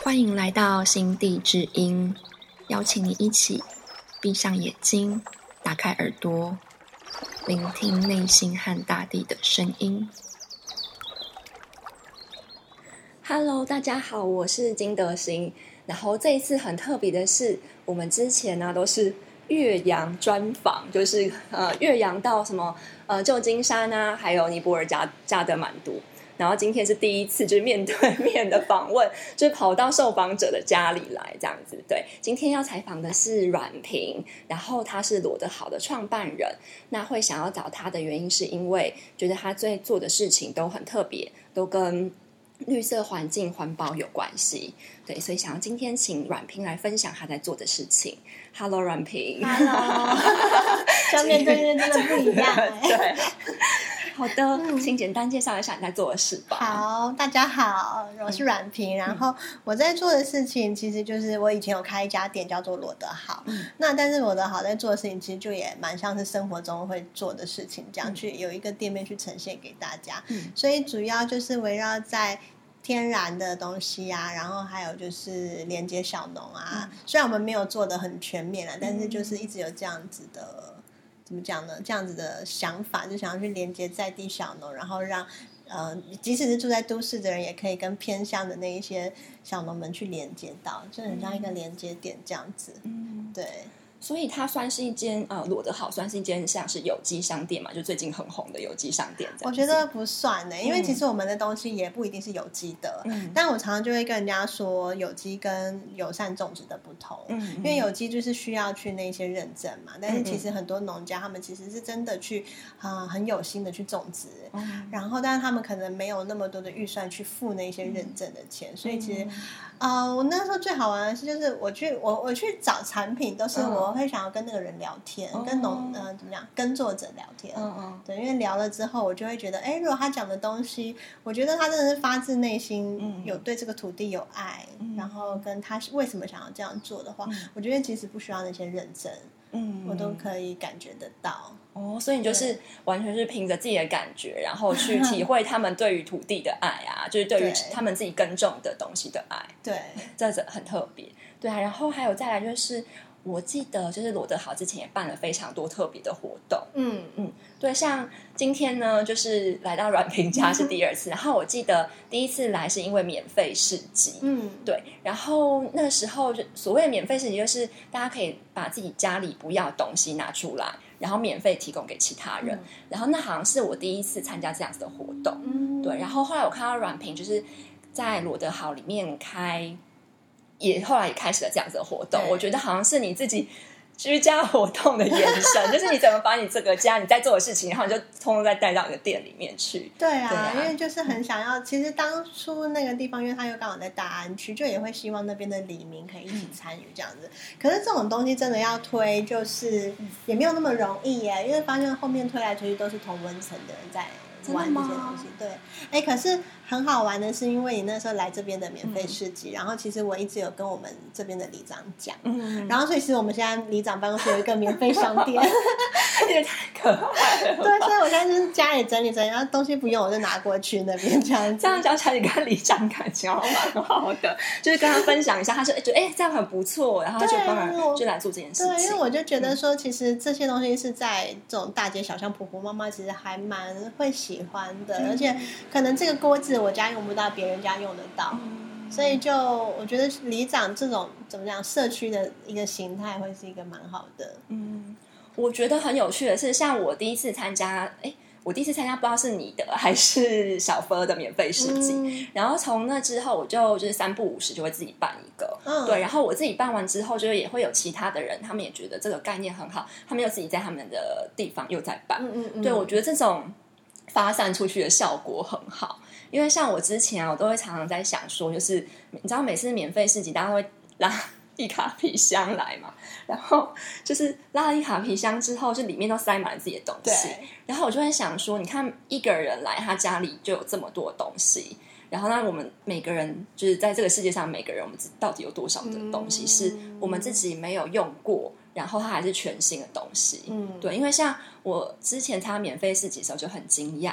欢迎来到心地之音，邀请你一起闭上眼睛，打开耳朵，聆听内心和大地的声音。Hello， 大家好，我是金德心。然后这一次很特别的是，我们之前呢都是岳阳专访，就是岳阳到什么旧金山啊，还有尼泊尔加德满都。然后今天是第一次就是面对面的访问，就是跑到受访者的家里来这样子。对，今天要采访的是阮萍，然后他是裸得好的创办人。那会想要找他的原因是因为觉得他在做的事情都很特别，都跟绿色环境环保有关系。对，所以想要今天请阮萍来分享他在做的事情。Hello， 阮萍。 Hello， 相面对面真的不一样对。好的，请简单介绍一下你在做的事吧。 好，大家好，我是阮萍。然后我在做的事情其实就是我以前有开一家店叫做裸得好。那但是裸得好在做的事情其实就也蛮像是生活中会做的事情，这样去有一个店面去呈现给大家。所以主要就是围绕在天然的东西啊，然后还有就是连接小农啊。虽然我们没有做得很全面啊，但是就是一直有这样子的怎么讲呢？这样子的想法，就想要去连接在地小农，然后让即使是住在都市的人，也可以跟偏乡的那一些小农们去连接到，就很像一个连接点这样子。对。 所以它算是一间裸得好，算是一间像是有机商店嘛，就最近很红的有机商店这样子。 我觉得不算因为其实我们的东西也不一定是有机的。但我常常就会跟人家说有机跟友善种植的不同。因为有机就是需要去那些认证嘛，但是其实很多农家他们其实是真的去很有心的去种植。然后但是他们可能没有那么多的预算去付那些认证的钱。所以其实我那时候最好玩的是就是我去找产品都是我会想要跟那个人聊天，跟怎么讲，跟作者聊天。对，因为聊了之后我就会觉得如果他讲的东西我觉得他真的是发自内心有对这个土地有爱，然后跟他为什么想要这样做的话，我觉得其实不需要那些认证，我都可以感觉得到。 所以你就是完全是凭着自己的感觉，然后去体会他们对于土地的爱啊，就是对于他们自己耕种的东西的爱。 对， 这很特别。对啊，然后还有再来就是我记得就是裸得好之前也办了非常多特别的活动。对，像今天呢就是来到阮萍家是第二次。然后我记得第一次来是因为免费市集。对，然后那时候所谓的免费市集就是大家可以把自己家里不要的东西拿出来，然后免费提供给其他人。然后那好像是我第一次参加这样子的活动。对，然后后来我看到阮萍就是在裸得好里面后来也开始了这样子的活动。我觉得好像是你自己居家活动的延伸，就是你怎么把你这个家你在做的事情，然后你就通通再带到你的店里面去。 对啊，因为就是很想要，其实当初那个地方因为它又刚好在大安区，就也会希望那边的里民可以一起参与这样子。可是这种东西真的要推就是也没有那么容易耶，因为发现后面推来推去都是同温层的人在玩这些东西。对，可是很好玩的是因为你那时候来这边的免费市集，然后其实我一直有跟我们这边的里长讲，然后所以其实我们现在里长办公室有一个免费商店。 也太可爱了。 对，所以我现在就是家里整理，然后东西不用我就拿过去那边这样子。 这样讲起来你跟里长感情好蛮好的，就是跟他分享一下，他说觉得这样很不错，然后他就当然就来做这件事情。 对，因为我就觉得说其实这些东西是在这种大街小巷婆婆妈妈其实还蛮会喜欢的。而且可能这个锅子我家用不到，别人家用得到。所以就我觉得里长这种怎么讲社区的一个形态会是一个蛮好的。 我觉得很有趣的是，像我第一次参加不知道是你的还是小佛的免费市集。然后从那之后我就是3不5时就会自己办一个。对，然后我自己办完之后就是也会有其他的人，他们也觉得这个概念很好，他们又自己在他们的地方又在办。对，我觉得这种发散出去的效果很好。因为像我之前我都会常常在想说，就是你知道每次免费市集大家会拉一卡皮箱来嘛，然后就是拉了一卡皮箱之后就里面都塞满了自己的东西。然后我就会想说你看一个人来他家里就有这么多东西，然后那我们每个人就是在这个世界上每个人我们到底有多少的东西是我们自己没有用过，然后它还是全新的东西。对，因为像我之前参加免费市集的时候就很惊讶，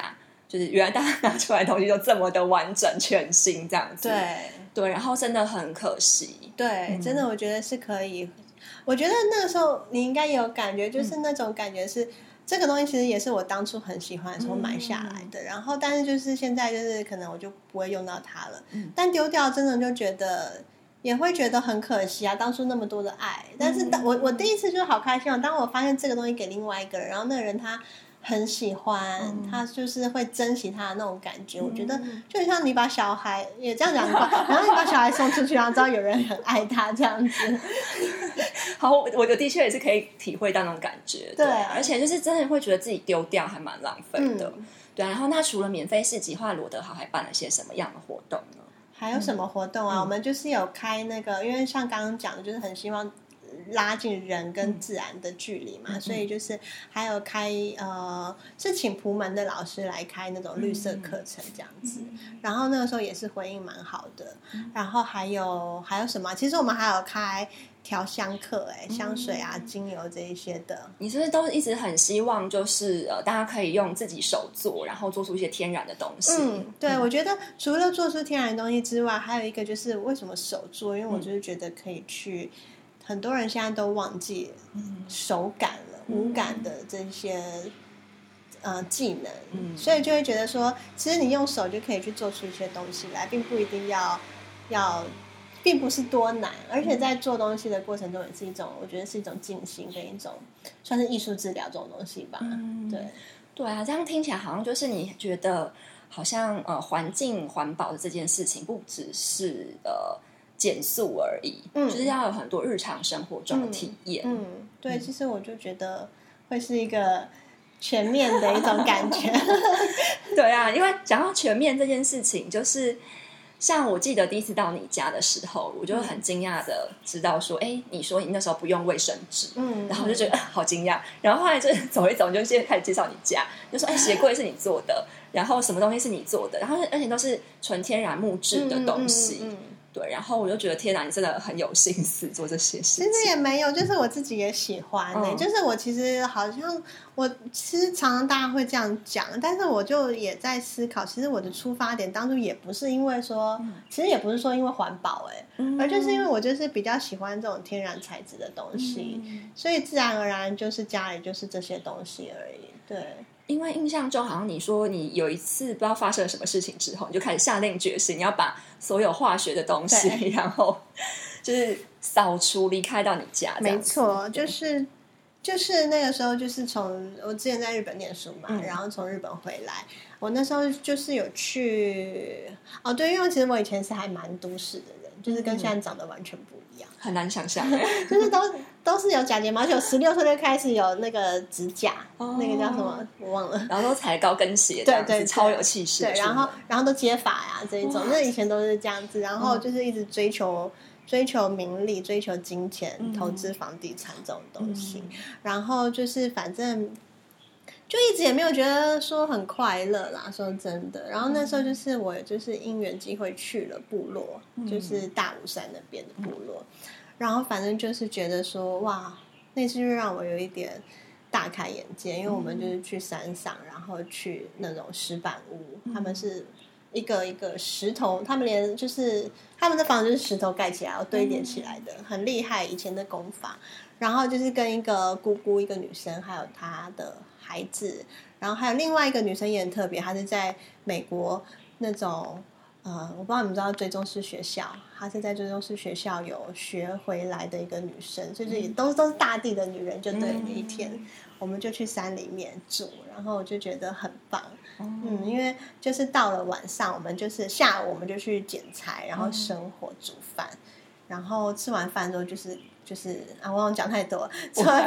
就是原来大家拿出来的东西就这么的完整全新这样子。 对， 然后真的很可惜。 对，真的我觉得是可以。我觉得那个时候你应该也有感觉，就是那种感觉是。这个东西其实也是我当初很喜欢的时候买下来的，然后但是就是现在就是可能我就不会用到它了，但丢掉真的就觉得也会觉得很可惜啊，当初那么多的爱。但是我第一次就好开心哦，当我发现这个东西给另外一个人，然后那个人他很喜欢，他就是会珍惜他的那种感觉。我觉得就很像你把小孩也这样讲的话，然后你把小孩送出去，然后知道有人很爱他这样子。 好，我的确也是可以体会到那种感觉。 对， 而且就是真的会觉得自己丢掉还蛮浪费的。对，然后那除了免费市集，后来罗德豪还办了些什么样的活动呢？ 还有什么活动啊？我们就是有开那个，因为像刚刚讲的，就是很希望拉近人跟自然的距离嘛，所以就是还有开是请普门的老师来开那种绿色课程这样子，然后那个时候也是回应蛮好的。然后还有什么？其实我们还有开调香课，香水啊、精油这一些的。 你是不是都一直很希望就是大家可以用自己手做，然后做出一些天然的东西？ 对，我觉得除了做出天然的东西之外，还有一个就是为什么手做？因为我就是觉得可以去。很多人现在都忘记手感了，无感的这些技能，所以就会觉得说，其实你用手就可以去做出一些东西来，并不一定要，并不是多难，而且在做东西的过程中也是一种，我觉得是一种静心跟一种算是艺术治疗这种东西吧。 对啊，这样听起来好像就是你觉得好像环境环保的这件事情，不只是减速而已，就是要有很多日常生活中的体验。 对，其实我就觉得会是一个全面的一种感觉。 对啊，因为讲到全面这件事情，就是像我记得第一次到你家的时候，我就很惊讶的知道说，你说你那时候不用卫生纸，然后我就觉得好惊讶。然后后来就走一走，就先开始介绍你家，就说鞋柜是你做的，然后什么东西是你做的，然后而且都是纯天然木质的东西。对，然后我就觉得天哪，你真的很有心思做这些事情。 其实也没有，就是我自己也喜欢就是我其实好像其实常常大家会这样讲，但是我就也在思考，其实我的出发点当初也不是因为说，其实也不是说因为环保而就是因为我就是比较喜欢这种天然材质的东西，所以自然而然就是家里就是这些东西而已。对。 因为印象中好像你说你有一次不知道发生了什么事情之后，你就开始下定决心你要把所有化学的东西然后就是扫除离开到你家。 没错，就是那个时候就是我之前在日本念书嘛，然后从日本回来，我那时候就是有去对，因为其实我以前是还蛮都市的人，就是跟现在长得完全不一样， 很难想象就是都是有假睫毛，而且我16岁就开始有那个指甲，那个叫什么我忘了， 然后都踩高跟鞋， 对， 超有气势。 对，然后都接发呀这一种，那以前都是这样子，然后就是一直追求名利，追求金钱，投资房地产这种东西，然后就是反正就一直也没有觉得说很快乐啦，说真的。然后那时候就是我就是因缘机会去了部落，就是大武山那边的部落，然后反正就是觉得说哇，那次就让我有一点大开眼界，因为我们就是去山上，然后去那种石板屋，他们是一个一个石头，他们连就是他们的房子就是石头盖起来，堆叠起来的，很厉害以前的工法。然后就是跟一个姑姑，一个女生，还有她的孩子，然后还有另外一个女生也很特别，她是在美国那种我不知道你们知道追踪式学校，她是在追踪式学校有学回来的一个女生，就是也都是大地的女人，就对那一天。我们就去山里面住，然后我就觉得很棒，因为就是到了晚上，我们就是下午我们就去捡柴，然后生火煮饭，然后吃完饭之后就是我忘了讲太多，吃完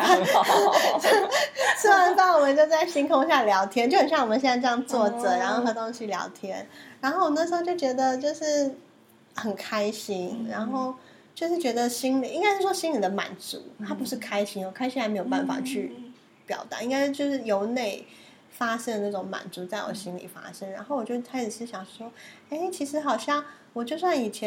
饭我们就在星空下聊天，就很像我们现在这样坐着，然后喝东西聊天，然后我那时候就觉得就是很开心，然后就是觉得心里应该是说心里的满足，它不是开心开心还没有办法去表达，应该就是由内发生的那种满足在我心里发生，然后我就开始是想说，其实好像我就算以前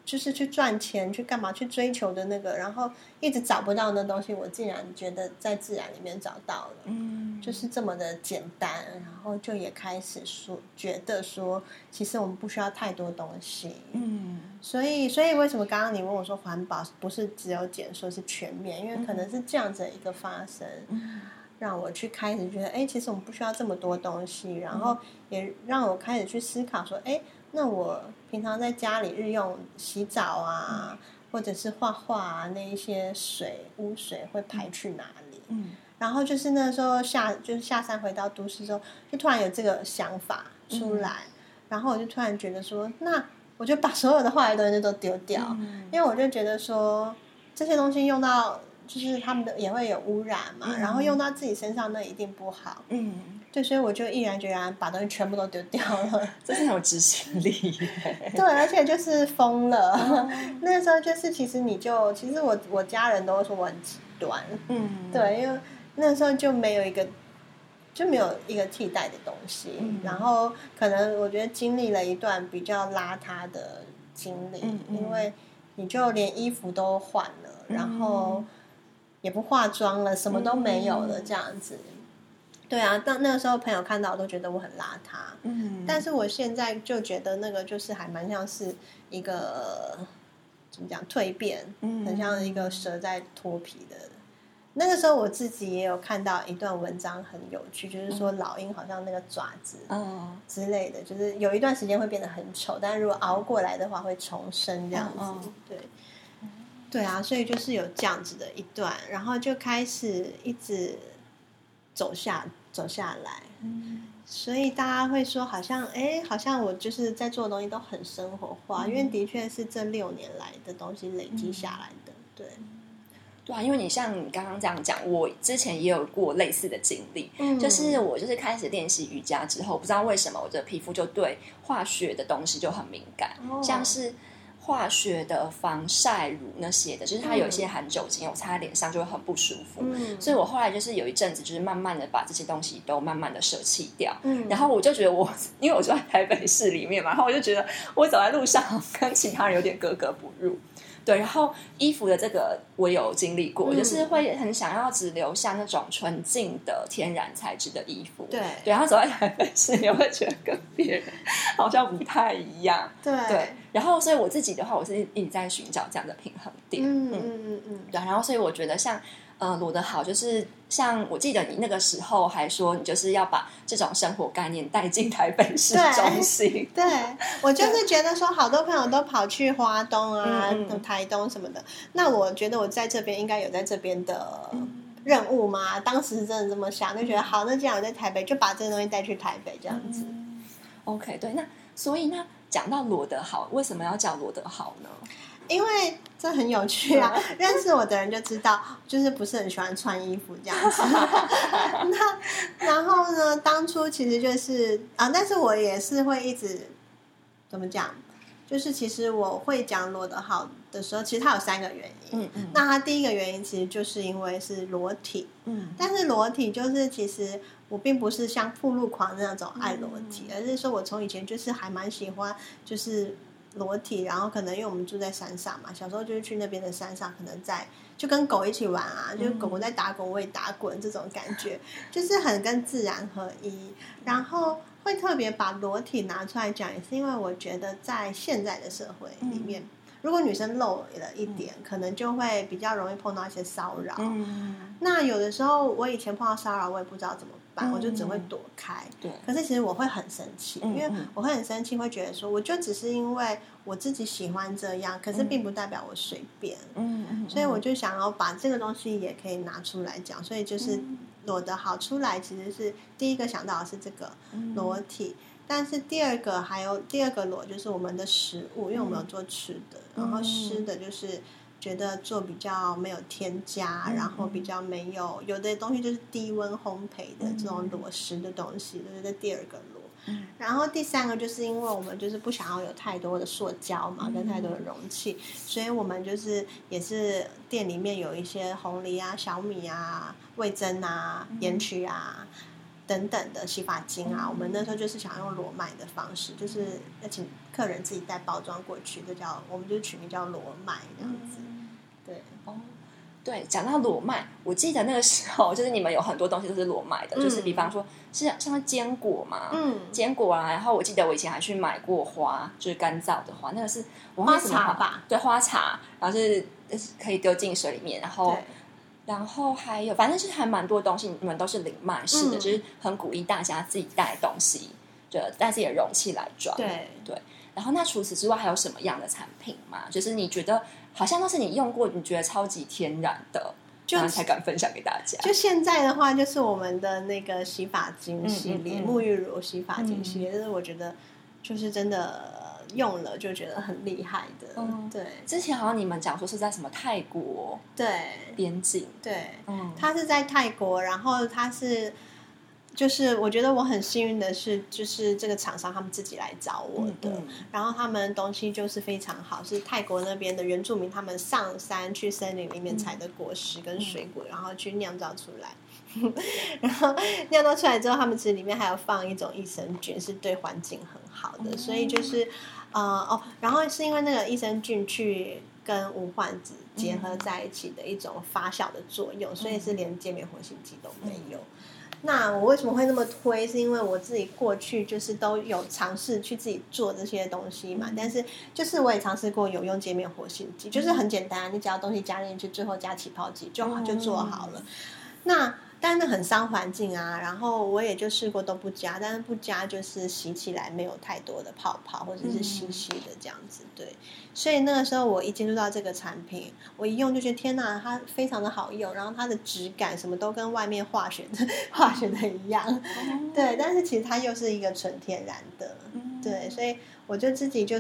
就是去赚钱去干嘛去追求的那个，然后一直找不到的东西，我竟然觉得在自然里面找到了，就是这么的简单，然后就也开始觉得说其实我们不需要太多东西，所以为什么刚刚你问我说环保不是只有减塑是全面，因为可能是这样子的一个发生，让我去开始觉得其实我们不需要这么多东西，然后也让我开始去思考说那我平常在家里日用洗澡啊，或者是画画啊，那一些污水会排去哪里？然后就是那时候下山回到都市之后，就突然有这个想法出来，然后我就突然觉得说，那我就把所有的坏的东西都丢掉，因为我就觉得说这些东西用到就是他们的也会有污染嘛，然后用到自己身上那一定不好，对，所以我就毅然决然把东西全部都丢掉了， 这是很有执行力对，而且就是疯了，那时候就是其实我家人都说我很极端，对，因为那时候就没有一个替代的东西，然后可能我觉得经历了一段比较邋遢的经历，因为你就连衣服都换了，然后也不化妆了，什么都没有了，这样子。对啊，但那个时候朋友看到都觉得我很邋遢，但是我现在就觉得那个就是还蛮像是一个怎么讲蜕变，很像一个蛇在脱皮的。那个时候我自己也有看到一段文章很有趣，就是说老鹰好像那个爪子之类的，就是有一段时间会变得很丑，但如果熬过来的话会重生这样子。对啊，所以就是有这样子的一段，然后就开始一直走下来，所以大家会说好像我就是在做的东西都很生活化，因为的确是这6年来的东西累积下来的。 对啊，因为你像你刚刚这样讲，我之前也有过类似的经历，就是我就是开始练习瑜伽之后，不知道为什么我的皮肤就对化学的东西就很敏感，像是化学的防晒乳那些的，就是它有一些含酒精，我擦在脸上就会很不舒服，所以我后来就是有一阵子就是慢慢的把这些东西都慢慢的舍弃掉，然后我就觉得因为我住在台北市里面嘛，然后我就觉得我走在路上跟其他人有点格格不入。对，然后衣服的这个我有经历过，就是会很想要只留下那种纯净的天然材质的衣服。 对， 然后走在台北市，也会觉得跟别人好像不太一样。对，然后所以我自己的话，我是一直在寻找这样的平衡点。对，然后所以我觉得像罗德好，就是像我记得你那个时候还说，你就是要把这种生活概念带进台北市中心。 对，我就是觉得说，好多朋友都跑去花东啊、台东什么的，那我觉得我在这边应该有在这边的任务嘛。当时真的这么想，就觉得好，那既然我在台北，就把这个东西带去台北这样子。 OK， 对，所以讲到罗德好，为什么要叫罗德好呢？ 因为这很有趣啊，认识我的人就知道，就是不是很喜欢穿衣服这样子。然后呢，当初其实就是但是我也是会一直怎么讲，就是其实我会讲罗德好的时候，其实它有3个原因。那它第一个原因其实就是因为是裸体，但是裸体就是其实我并不是像暴露狂那种爱裸体，而是说我从以前就是还蛮喜欢就是裸体，然后可能因为我们住在山上嘛，小时候就是去那边的山上，可能就跟狗一起玩啊，就是狗狗在打滚，我也打滚，这种感觉就是很跟自然合一。然后会特别把裸体拿出来讲，也是因为我觉得在现在的社会里面，如果女生露了一点，可能就会比较容易碰到一些骚扰。那有的时候我以前碰到骚扰，我也不知道怎么办，我就只会躲开。 对， 可是其实我会很生气，因为我会很生气，会觉得说，我就只是因为我自己喜欢这样，可是并不代表我随便。所以我就想要把这个东西也可以拿出来讲，所以就是裸的好出来，其实是第一个想到的是这个裸体。但是第二个裸就是我们的食物，因为我们有做吃的，然后湿的就是觉得做比较没有添加，然后比较没有的东西就是低温烘焙的这种裸食的东西，就是第2个裸。然后第3个就是因为我们就是不想要有太多的塑胶嘛，跟太多的容器，所以我们就是也是店里面有一些红梨啊、小米啊、味噌啊、盐曲啊， 等等的洗发精啊，我们那时候就是想用裸麦的方式，就是要请客人自己带包装过去，我们就取名叫裸麦这样子。对哦，对，讲到裸麦，我记得那个时候就是你们有很多东西都是裸麦的，就是比方说是像坚果嘛，坚果啊，然后我记得我以前还去买过花，就是干燥的花，那个是花茶吧？ 对，花茶，然后是可以丢进水里面，然后还有，反正就是还蛮多东西，你们都是零卖式的，就是很鼓励大家自己带东西，就带自己的容器来装。 对。 然后那除此之外还有什么样的产品吗？就是你觉得好像都是你用过，你觉得超级天然的，然后才敢分享给大家。 就现在的话，就是我们的那个洗发精系列，沐浴乳洗发精系列，就是我觉得就是真的。用了就觉得很厉害的，对。 之前好像你们讲说是在什么泰国边境， 对，他是在泰国，然后他是就是我觉得我很幸运的是，就是这个厂商他们自己来找我的，然后他们东西就是非常好，是泰国那边的原住民他们上山去森林里面采的果实跟水果，然后去酿造出来。然后酿造出来之后，他们其实里面还有放一种益生菌，是对环境很好的，所以就是然后是因为那个益生菌去跟无患子结合在一起的一种发酵的作用，所以是连界面活性剂都没有。那我为什么会那么推？是因为我自己过去就是都有尝试去自己做这些东西嘛，但是就是我也尝试过有用界面活性剂，就是很简单，你只要东西加进去，最后加起泡剂就做好了。但是很伤环境啊，然后我也就试过都不加，但是不加就是洗起来没有太多的泡泡或者是稀稀的这样子，对。所以那个时候我一接触到这个产品，我一用就觉得天哪，它非常的好用，然后它的质感什么都跟外面化学的一样，对。但是其实它又是一个纯天然的，对，所以我就自己就是。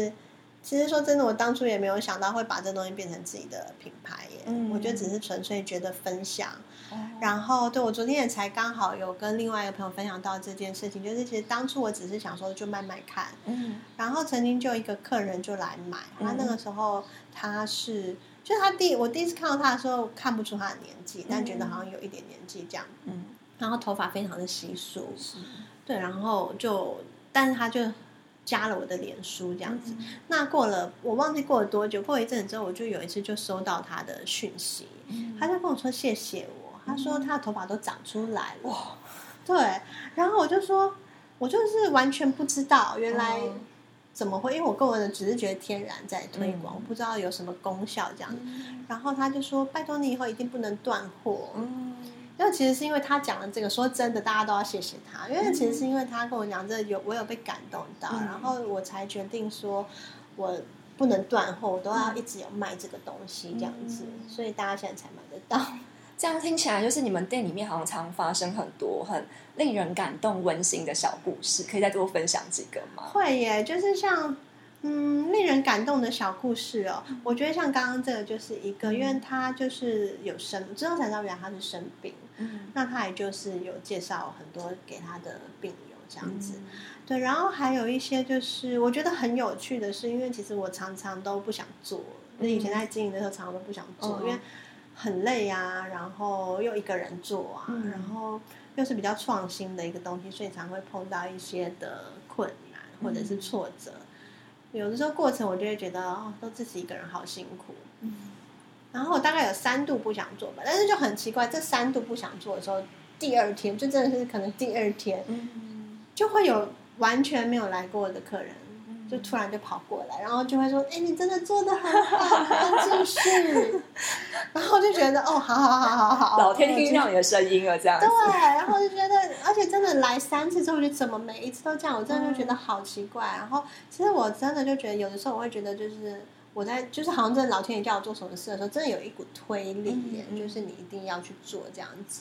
其实说真的，我当初也没有想到会把这东西变成自己的品牌耶。我就只是纯粹觉得分享。然后对，我昨天也才刚好有跟另外一个朋友分享到这件事情，就是其实当初我只是想说就卖卖看。然后曾经就一个客人就来买，他那个时候他是，就是我第一次看到他的时候看不出他的年纪，但觉得好像有一点年纪这样。然后头发非常的稀疏。对，然后但是他就。加了我的脸书这样子，那我忘记过了多久，过一阵子之后，我就有一次就收到他的讯息，他就跟我说谢谢我，他说他的头发都长出来了，对，然后我就说，我就是完全不知道原来怎么会，因为我个人的只是觉得天然在推广，我不知道有什么功效这样，然后他就说拜托你以后一定不能断货。那其实是因为他讲了这个，说真的，大家都要谢谢他，因为其实是因为他跟我讲这我有被感动到，然后我才决定说，我不能断货，我都要一直有卖这个东西这样子，所以大家现在才买得到。 这样听起来，就是你们店里面好像常发生很多很令人感动、温馨的小故事，可以再多分享几个吗？ 会耶，就是像。令人感动的小故事哦，我觉得像刚刚这个就是一个，因为他就是之后才知道原来他是生病，那他也就是有介绍很多给他的病友这样子，对，然后还有一些就是我觉得很有趣的是，因为其实我常常都不想做，就是以前在经营的时候常常都不想做，因为很累啊，然后又一个人做啊，然后又是比较创新的一个东西，所以常会碰到一些的困难或者是挫折。有的时候过程我就会觉得都自己一个人好辛苦，然后我大概有3度不想做吧，但是就很奇怪，这3度不想做的时候，第2天就真的是可能第2天，就会有完全没有来过的客人，就突然就跑过来，然后就会说：“哎，你真的做得很好，继续。”然后就觉得好， 老天听到你的声音了，这样子。 对，然后就觉得，而且真的来3次之后，就怎么每一次都这样，我真的就觉得好奇怪。然后其实我真的就觉得，有的时候我会觉得，就是就是好像真的老天爷叫我做什么事的时候，真的有一股推力耶，就是你一定要去做这样子。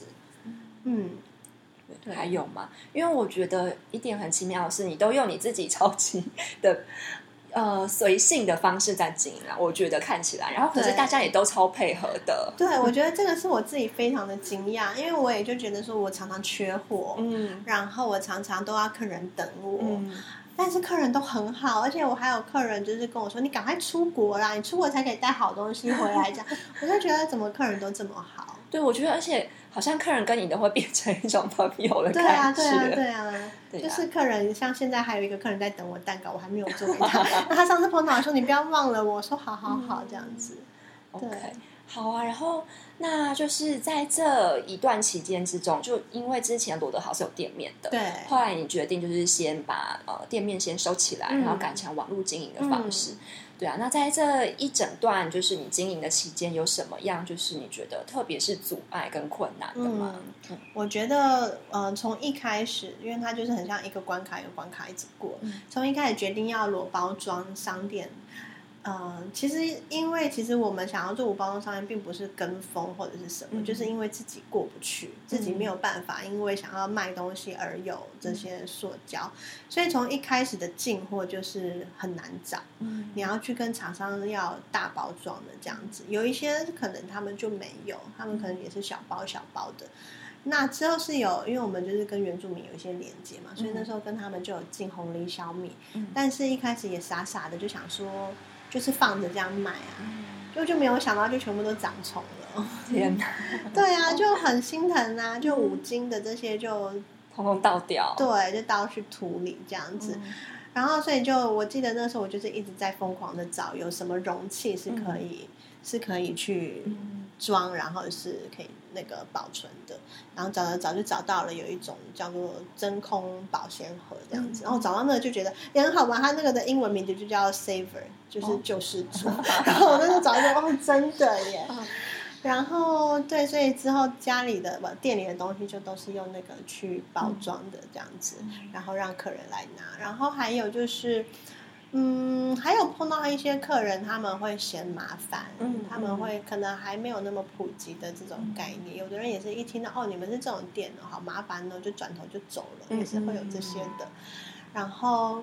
对，还有吗？因为我觉得一点很奇妙的是，你都用你自己超级的随性的方式在经营啦，我觉得看起来，然后可是大家也都超配合的。 对，我觉得这个是我自己非常的惊讶，因为我也就觉得说我常常缺货，然后我常常都要客人等我。但是客人都很好，而且我还有客人就是跟我说：“你赶快出国啦，你出国才可以带好东西回来。”这样，我就觉得怎么客人都这么好。 对，我觉得而且好像客人跟你都会变成一种朋友的对啊， 感觉。 对啊，对啊， 对啊， 就是客人，像现在还有一个客人在等我蛋糕，我还没有做给他。那他上次碰到我说你不要忘了我，说好好好，这样子。对。 OK，好啊。然后那就是在这一段期间之中，就因为之前罗德豪是有店面的， 对， 后来你决定就是先把店面先收起来，然后改成网络经营的方式。对啊，那在这一整段就是你经营的期间，有什么样就是你觉得特别是阻碍跟困难的吗？ 我觉得从一开始，因为它就是很像一个关卡一个关卡一直过，从一开始决定要裸包装商店。其实我们想要做无包装商店，并不是跟风或者是什么，就是因为自己过不去，自己没有办法，因为想要卖东西而有这些塑胶，所以从一开始的进货就是很难找，你要去跟厂商要大包装的这样子，有一些可能他们就没有，他们可能也是小包小包的。那之后是有，因为我们就是跟原住民有一些连接嘛，所以那时候跟他们就有进红梨小米，但是一开始也傻傻的就想说。就是放着这样卖啊，就没有想到就全部都长虫了。 天哪！ 对啊，就很心疼啊，就5斤的这些就通通倒掉， 对，就倒去土里这样子。然后所以我记得那时候我就是一直在疯狂的找有什么容器是可以去装，然后是可以那个保存的。然后找就找到了有一种叫做真空保鲜盒这样子，然后找到那个就觉得也很好玩，它那个的英文名字就叫 Saver， 就是救世主。然后我那时候找一个真的耶。然后对，所以之后家里的店里的东西就都是用那个去包装的这样子，然后让客人来拿。然后还有就是。还有碰到一些客人，他们会嫌麻烦，他们会可能还没有那么普及的这种概念。有的人也是一听到你们是这种店哦，好麻烦哦，就转头就走了，也是会有这些的。然后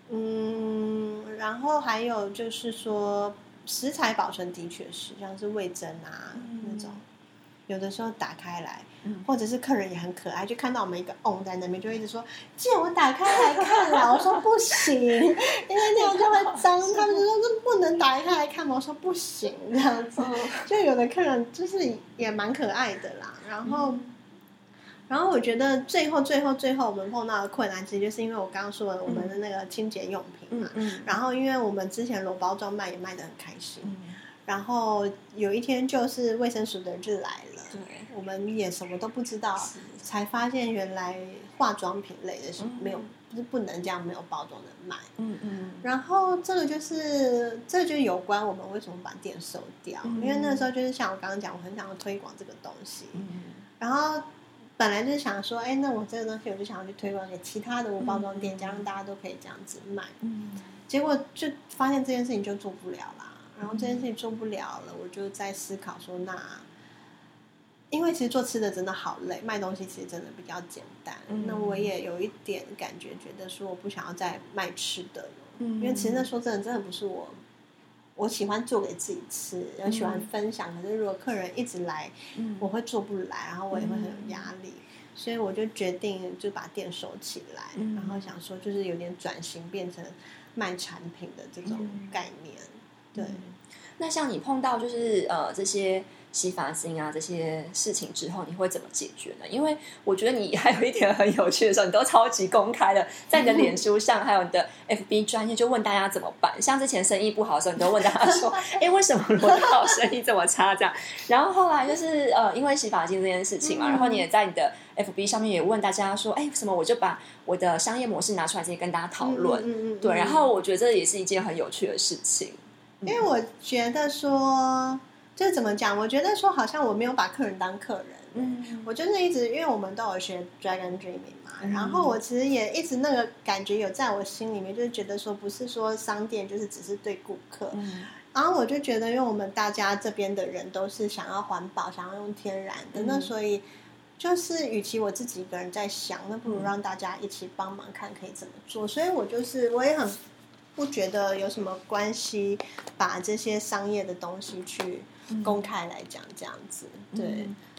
还有就是说，食材保存的确是像是味噌啊那种。有的时候打开来，或者是客人也很可爱，就看到我们一个在那边，就一直说借我打开来看啦。我说不行，因为那样就会脏。他们就说这不能打开来看吗？我说不行，这样子。就有的客人就是也蛮可爱的啦。然后我觉得最后我们碰到的困难，其实就是因为我刚刚说的我们的那个清洁用品嘛。然后因为我们之前裸包装卖也卖得很开心。然后有一天就是卫生署的人就来了，我们也什么都不知道，才发现原来化妆品类的是没有，不能这样没有包装的卖。然后这就有关我们为什么把店收掉，因为那时候就是像我刚刚讲，我很想要推广这个东西，然后本来就是想说，那我这个东西我就想要去推广给其他的无包装店家，让大家都可以这样子卖。结果就发现这件事情就做不了啦。然后这件事情做不了了，我就在思考说，因为其实做吃的真的好累，卖东西其实真的比较简单。那我也有一点感觉，觉得说我不想要再卖吃的了，因为其实那说真的不是我喜欢做给自己吃，也喜欢分享。可是如果客人一直来，我会做不来，然后我也会很有压力。所以我就决定就把店收起来，然后想说就是有点转型，变成卖产品的这种概念。对， 那像你碰到就是这些洗发精啊这些事情之后，你会怎么解决呢？因为我觉得你还有一点很有趣的时候，你都超级公开的，在你的脸书上还有你的 FB 专页就问大家怎么办。像之前生意不好的时候，你都问大家说，为什么罗德豪生意这么差这样？然后后来就是因为洗发精这件事情嘛，然后你也在你的 FB 上面也问大家说，什么我就把我的商业模式拿出来直接跟大家讨论。对，然后我觉得这也是一件很有趣的事情。 因为我觉得说，这怎么讲？我觉得说，好像我没有把客人当客人。我就是一直，因为我们都有学 Dragon Dreaming 嘛，然后我其实也一直那个感觉有在我心里面，就是觉得说，不是说商店就是只是对顾客。然后我就觉得，因为我们大家这边的人都是想要环保，想要用天然的，那所以就是与其我自己一个人在想，那不如让大家一起帮忙看可以怎么做。所以我也很不觉得有什么关系，把这些商业的东西去公开来讲这样子。对，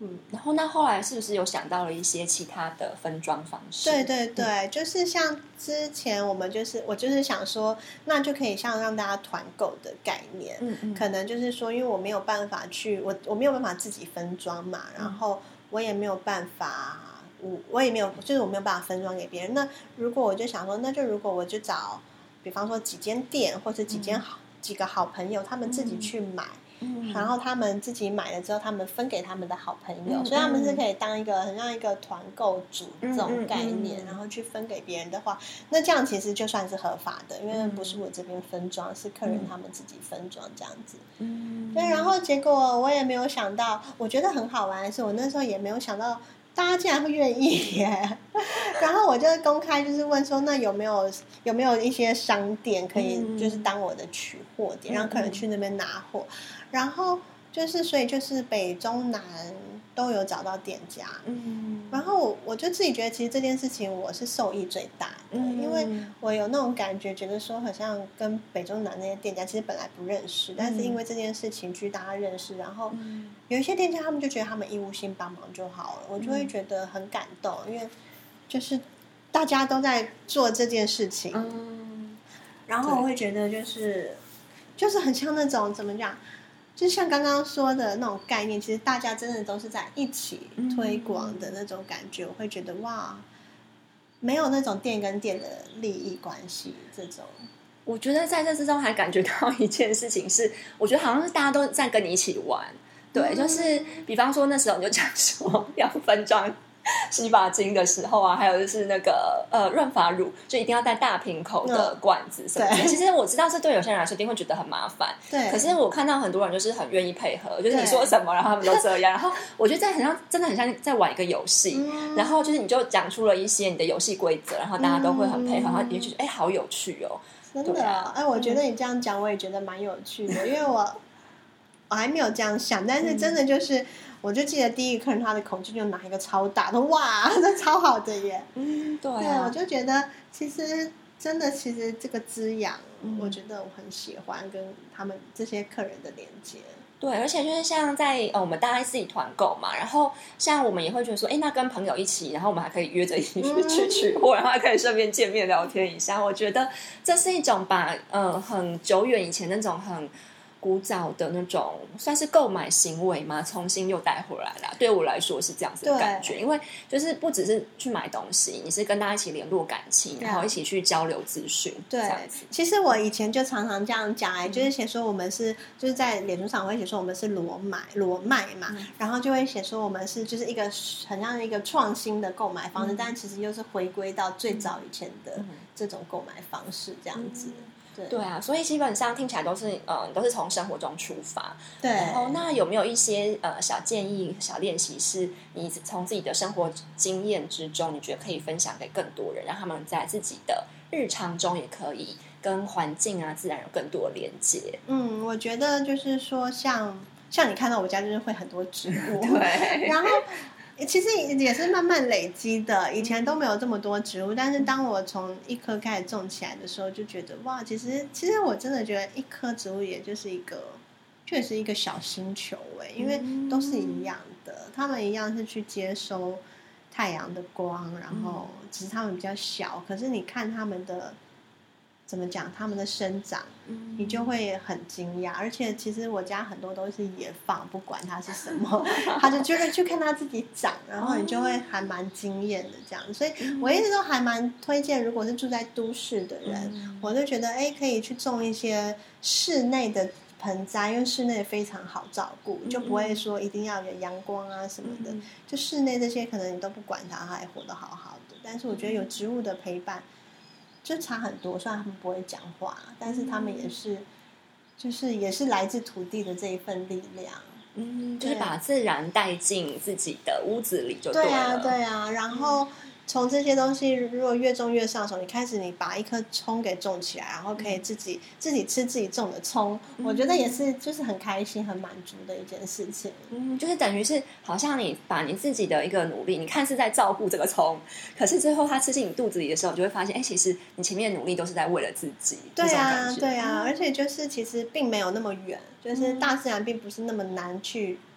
然后那后来是不是有想到了一些其他的分装方式？ 对对对，就是像之前我就是想说，那就可以像让大家团购的概念，可能就是说，因为我没有办法我没有办法自己分装嘛，然后我也没有办法，我也没有，就是我没有办法分装给别人。那如果我就想说，那就如果我就找，比方说几间店或者几个好朋友，他们自己去买。然后他们自己买了之后，他们分给他们的好朋友，所以他们是可以当很像一个团购组这种概念，然后去分给别人的话，那这样其实就算是合法的，因为不是我这边分装，是客人他们自己分装这样子。对，然后结果我也没有想到，我觉得很好玩的是，我那时候也没有想到大家竟然会愿意耶。然后我就公开就是问说，那有没有一些商店可以就是当我的取货点，让客人去那边拿货。然后所以就是北中南都有找到店家，然后我就自己觉得其实这件事情我是受益最大的，因为我有那种感觉，觉得说好像跟北中南那些店家其实本来不认识，但是因为这件事情去大家认识，然后有一些店家他们就觉得他们义务性帮忙就好了，我就会觉得很感动，因为就是大家都在做这件事情，然后我会觉得就是很像那种怎么讲，就像刚刚说的那种概念，其实大家真的都是在一起推广的那种感觉，我会觉得哇，没有那种店跟店的利益关系这种。 我觉得在这之中还感觉到一件事情是，我觉得好像是大家都在跟你一起玩，对，就是比方说那时候你就讲说要分装洗发精的时候啊，还有就是那个润发乳，就一定要带大瓶口的罐子什么的。其实我知道这对有些人来说一定会觉得很麻烦， 对。 可是我看到很多人就是很愿意配合，就是你说什么，然后他们都这样。然后我觉得真的很像在玩一个游戏，然后就是你就讲出了一些你的游戏规则，然后大家都会很配合，然后也就是好有趣哦。 真的，我觉得你这样讲，我也觉得蛮有趣的，因为我还没有这样想，但是真的就是。我就记得第一个客人他的口径就拿一个超大的，哇，这超好的耶！ 对啊， 对，我就觉得其实这个滋养，我觉得我很喜欢跟他们这些客人的连接。 对，而且就是像在我们大家自己团购嘛，然后像我们也会觉得说，那跟朋友一起，然后我们还可以约着一起去取货，然后还可以顺便见面聊天一下。我觉得这是一种把很久远以前那种很古早的那种算是购买行为嘛，重新又带回来了。对我来说是这样子的感觉，因为就是不只是去买东西，你是跟大家一起联络感情，然后一起去交流资讯。 对，这样子。其实我以前就常常这样讲，就是写说我们是就是在脸书上我会写说我们是裸卖嘛，然后就会写说我们是就是一个很像一个创新的购买方式，但其实又是回归到最早以前的这种购买方式这样子。 对啊，所以基本上听起来都是从生活中出发。 对， 然后那有没有一些小建议、小练习，是你从自己的生活经验之中，你觉得可以分享给更多人，让他们在自己的日常中也可以跟环境啊、自然有更多的连接？ 我觉得就是说像你看到我家就是会很多植物， 对， 然后。其实也是慢慢累积的，以前都没有这么多植物，但是当我从一颗开始种起来的时候，就觉得哇，其实我真的觉得一颗植物也就是一个小星球因为都是一样的，它们一样是去接收太阳的光，然后只是它们比较小，可是你看它们的怎么讲，它们的生长，你就会很惊讶。而且其实我家很多都是野放，不管它是什么，它就会去看它自己长，然后你就会还蛮惊艳的这样。所以我一直都还蛮推荐，如果是住在都市的人，我就觉得可以去种一些室内的盆栽，因为室内非常好照顾，就不会说一定要有阳光啊什么的。就室内这些可能你都不管它，它还活得好好的。但是我觉得有植物的陪伴。就差很多，虽然他们不会讲话，但是他们也是来自土地的这一份力量。 就是把自然带进自己的屋子里就对了。 对啊，然后从这些东西如果越种越上手，你开始你把一颗葱给种起来，然后可以自己吃自己种的葱，我觉得也是就是很开心很满足的一件事情。 就是等于是好像你把你自己的一个努力，你看是在照顾这个葱，可是最后它吃进你肚子里的时候，你就会发现其实你前面的努力都是在为了自己。 对啊，而且就是其实并没有那么远，就是大自然并不是那么难去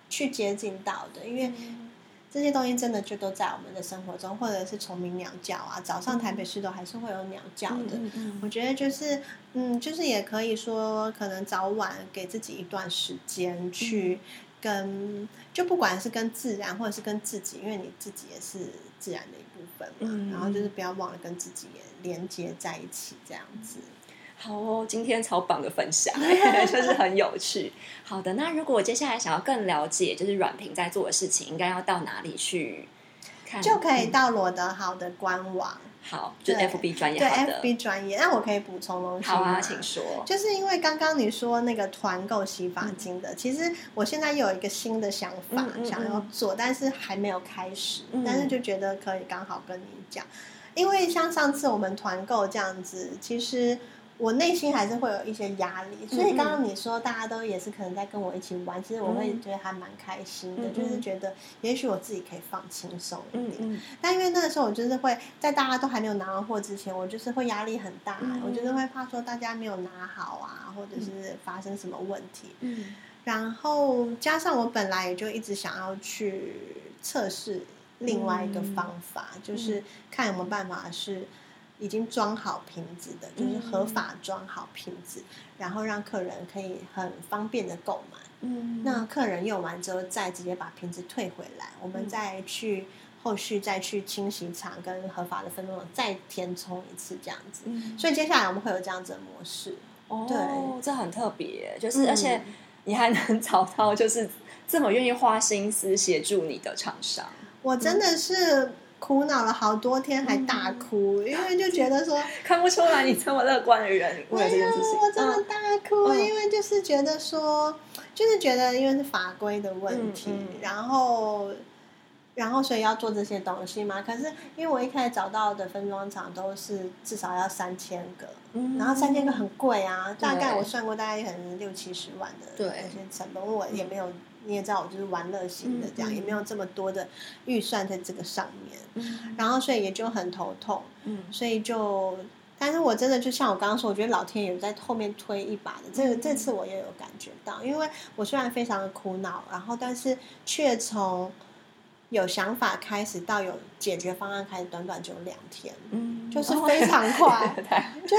去接近到的，因为这些东西真的就都在我们的生活中，或者是虫鸣鸟叫啊，早上台北市都还是会有鸟叫的。我觉得就是就是也可以说，可能早晚给自己一段时间去就不管是跟自然或者是跟自己，因为你自己也是自然的一部分嘛，然后就是不要忘了跟自己也连接在一起，这样子。 好哦，今天超棒的分享，就是很有趣。好的，那如果我接下来想要更了解，就是阮萍在做的事情，应该要到哪里去看？ 就可以到罗德豪的官网。 好，就是 FB 专业好的， 对 FB 专业。那我可以补充东西吗？ 好啊，请说。 就是因为刚刚你说那个团购洗发精的，其实我现在有一个新的想法，想要做，但是还没有开始，但是就觉得可以刚好跟你讲，因为像上次我们团购这样子，其实我内心还是会有一些压力，所以刚刚你说大家都也是可能在跟我一起玩，其实我会觉得还蛮开心的，就是觉得也许我自己可以放轻松一点。但因为那个时候我就是会在大家都还没有拿完货之前，我就是会压力很大，我就是会怕说大家没有拿好啊，或者是发生什么问题。然后加上我本来也就一直想要去测试另外一个方法，就是看有没有办法是已经装好瓶子的，就是合法装好瓶子，然后让客人可以很方便的购买。那客人用完之后再直接把瓶子退回来，我们再去后续再去清洗厂跟合法的分装厂再填充一次这样子。所以接下来我们会有这样子的模式。对， 这很特别，就是而且你还能找到就是这么愿意花心思协助你的厂商。 我真的是苦恼了好多天，还大哭，因为就觉得说看不出来你这么乐观的人，为了这件事情， 我真的大哭，因为就是觉得说，就是觉得因为是法规的问题，然后所以要做这些东西嘛。可是因为我一开始找到的分装厂都是至少要3000个，然后3000个很贵啊，大概我算过，大概可能60-70万的那些成本，我也没有。你也知道我就是玩乐型的这样，也没有这么多的预算在这个上面，然后所以也就很头痛，所以但是我真的就像我刚刚说，我觉得老天爷在后面推一把的，这次我也有感觉到，因为我虽然非常的苦恼，然后但是却从有想法开始到有解决方案开始，短短只有2天，就是非常快，就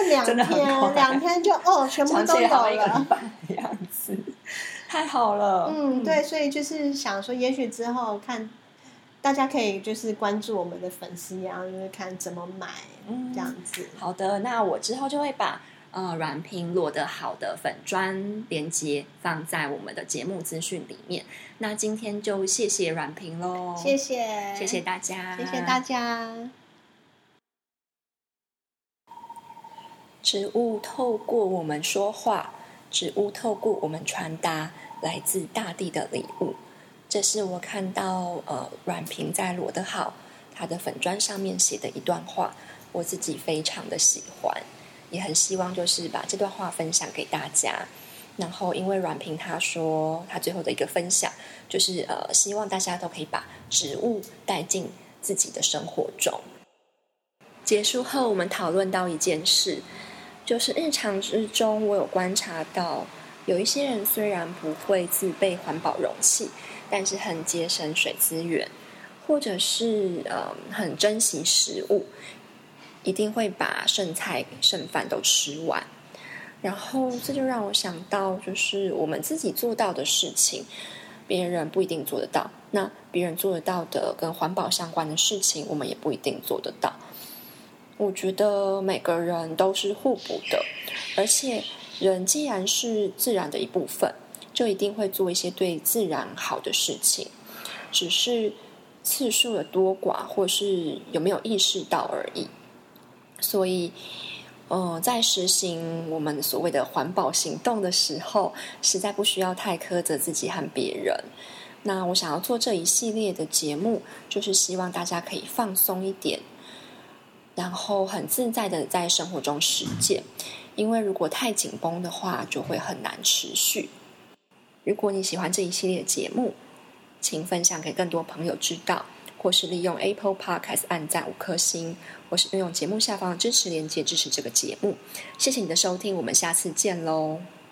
2天就全部都有了， 一个礼拜的样子。太好了， 对，所以就是想说，也许之后看大家可以就是关注我们的粉丝，然后就是看怎么买，这样子。 好的，那我之后就会把阮萍罗德好的粉专连结放在我们的节目资讯里面。那今天就谢谢阮萍咯， 谢谢大家， 谢谢大家。 植物透过我们说话，植物透过我们传达来自大地的礼物。这是我看到阮萍在罗德好他的粉专上面写的一段话，我自己非常的喜欢，也很希望就是把这段话分享给大家。然后因为阮萍他说他最后的一个分享就是希望大家都可以把植物带进自己的生活中。结束后我们讨论到一件事，就是日常之中我有观察到有一些人虽然不会自备环保容器，但是很节省水资源，或者是很珍惜食物，一定会把剩菜剩饭都吃完。然后这就让我想到，就是我们自己做到的事情别人不一定做得到，那别人做得到的跟环保相关的事情我们也不一定做得到。我觉得每个人都是互补的，而且人既然是自然的一部分，就一定会做一些对自然好的事情，只是次数的多寡或是有没有意识到而已。所以在实行我们所谓的环保行动的时候，实在不需要太苛责自己和别人。那我想要做这一系列的节目，就是希望大家可以放松一点，然后很自在的在生活中实践，因为如果太紧绷的话就会很难持续。如果你喜欢这一系列节目，请分享给更多朋友知道，或是利用 Apple Podcast 按赞5颗星，或是利用节目下方的支持连结支持这个节目。谢谢你的收听，我们下次见咯。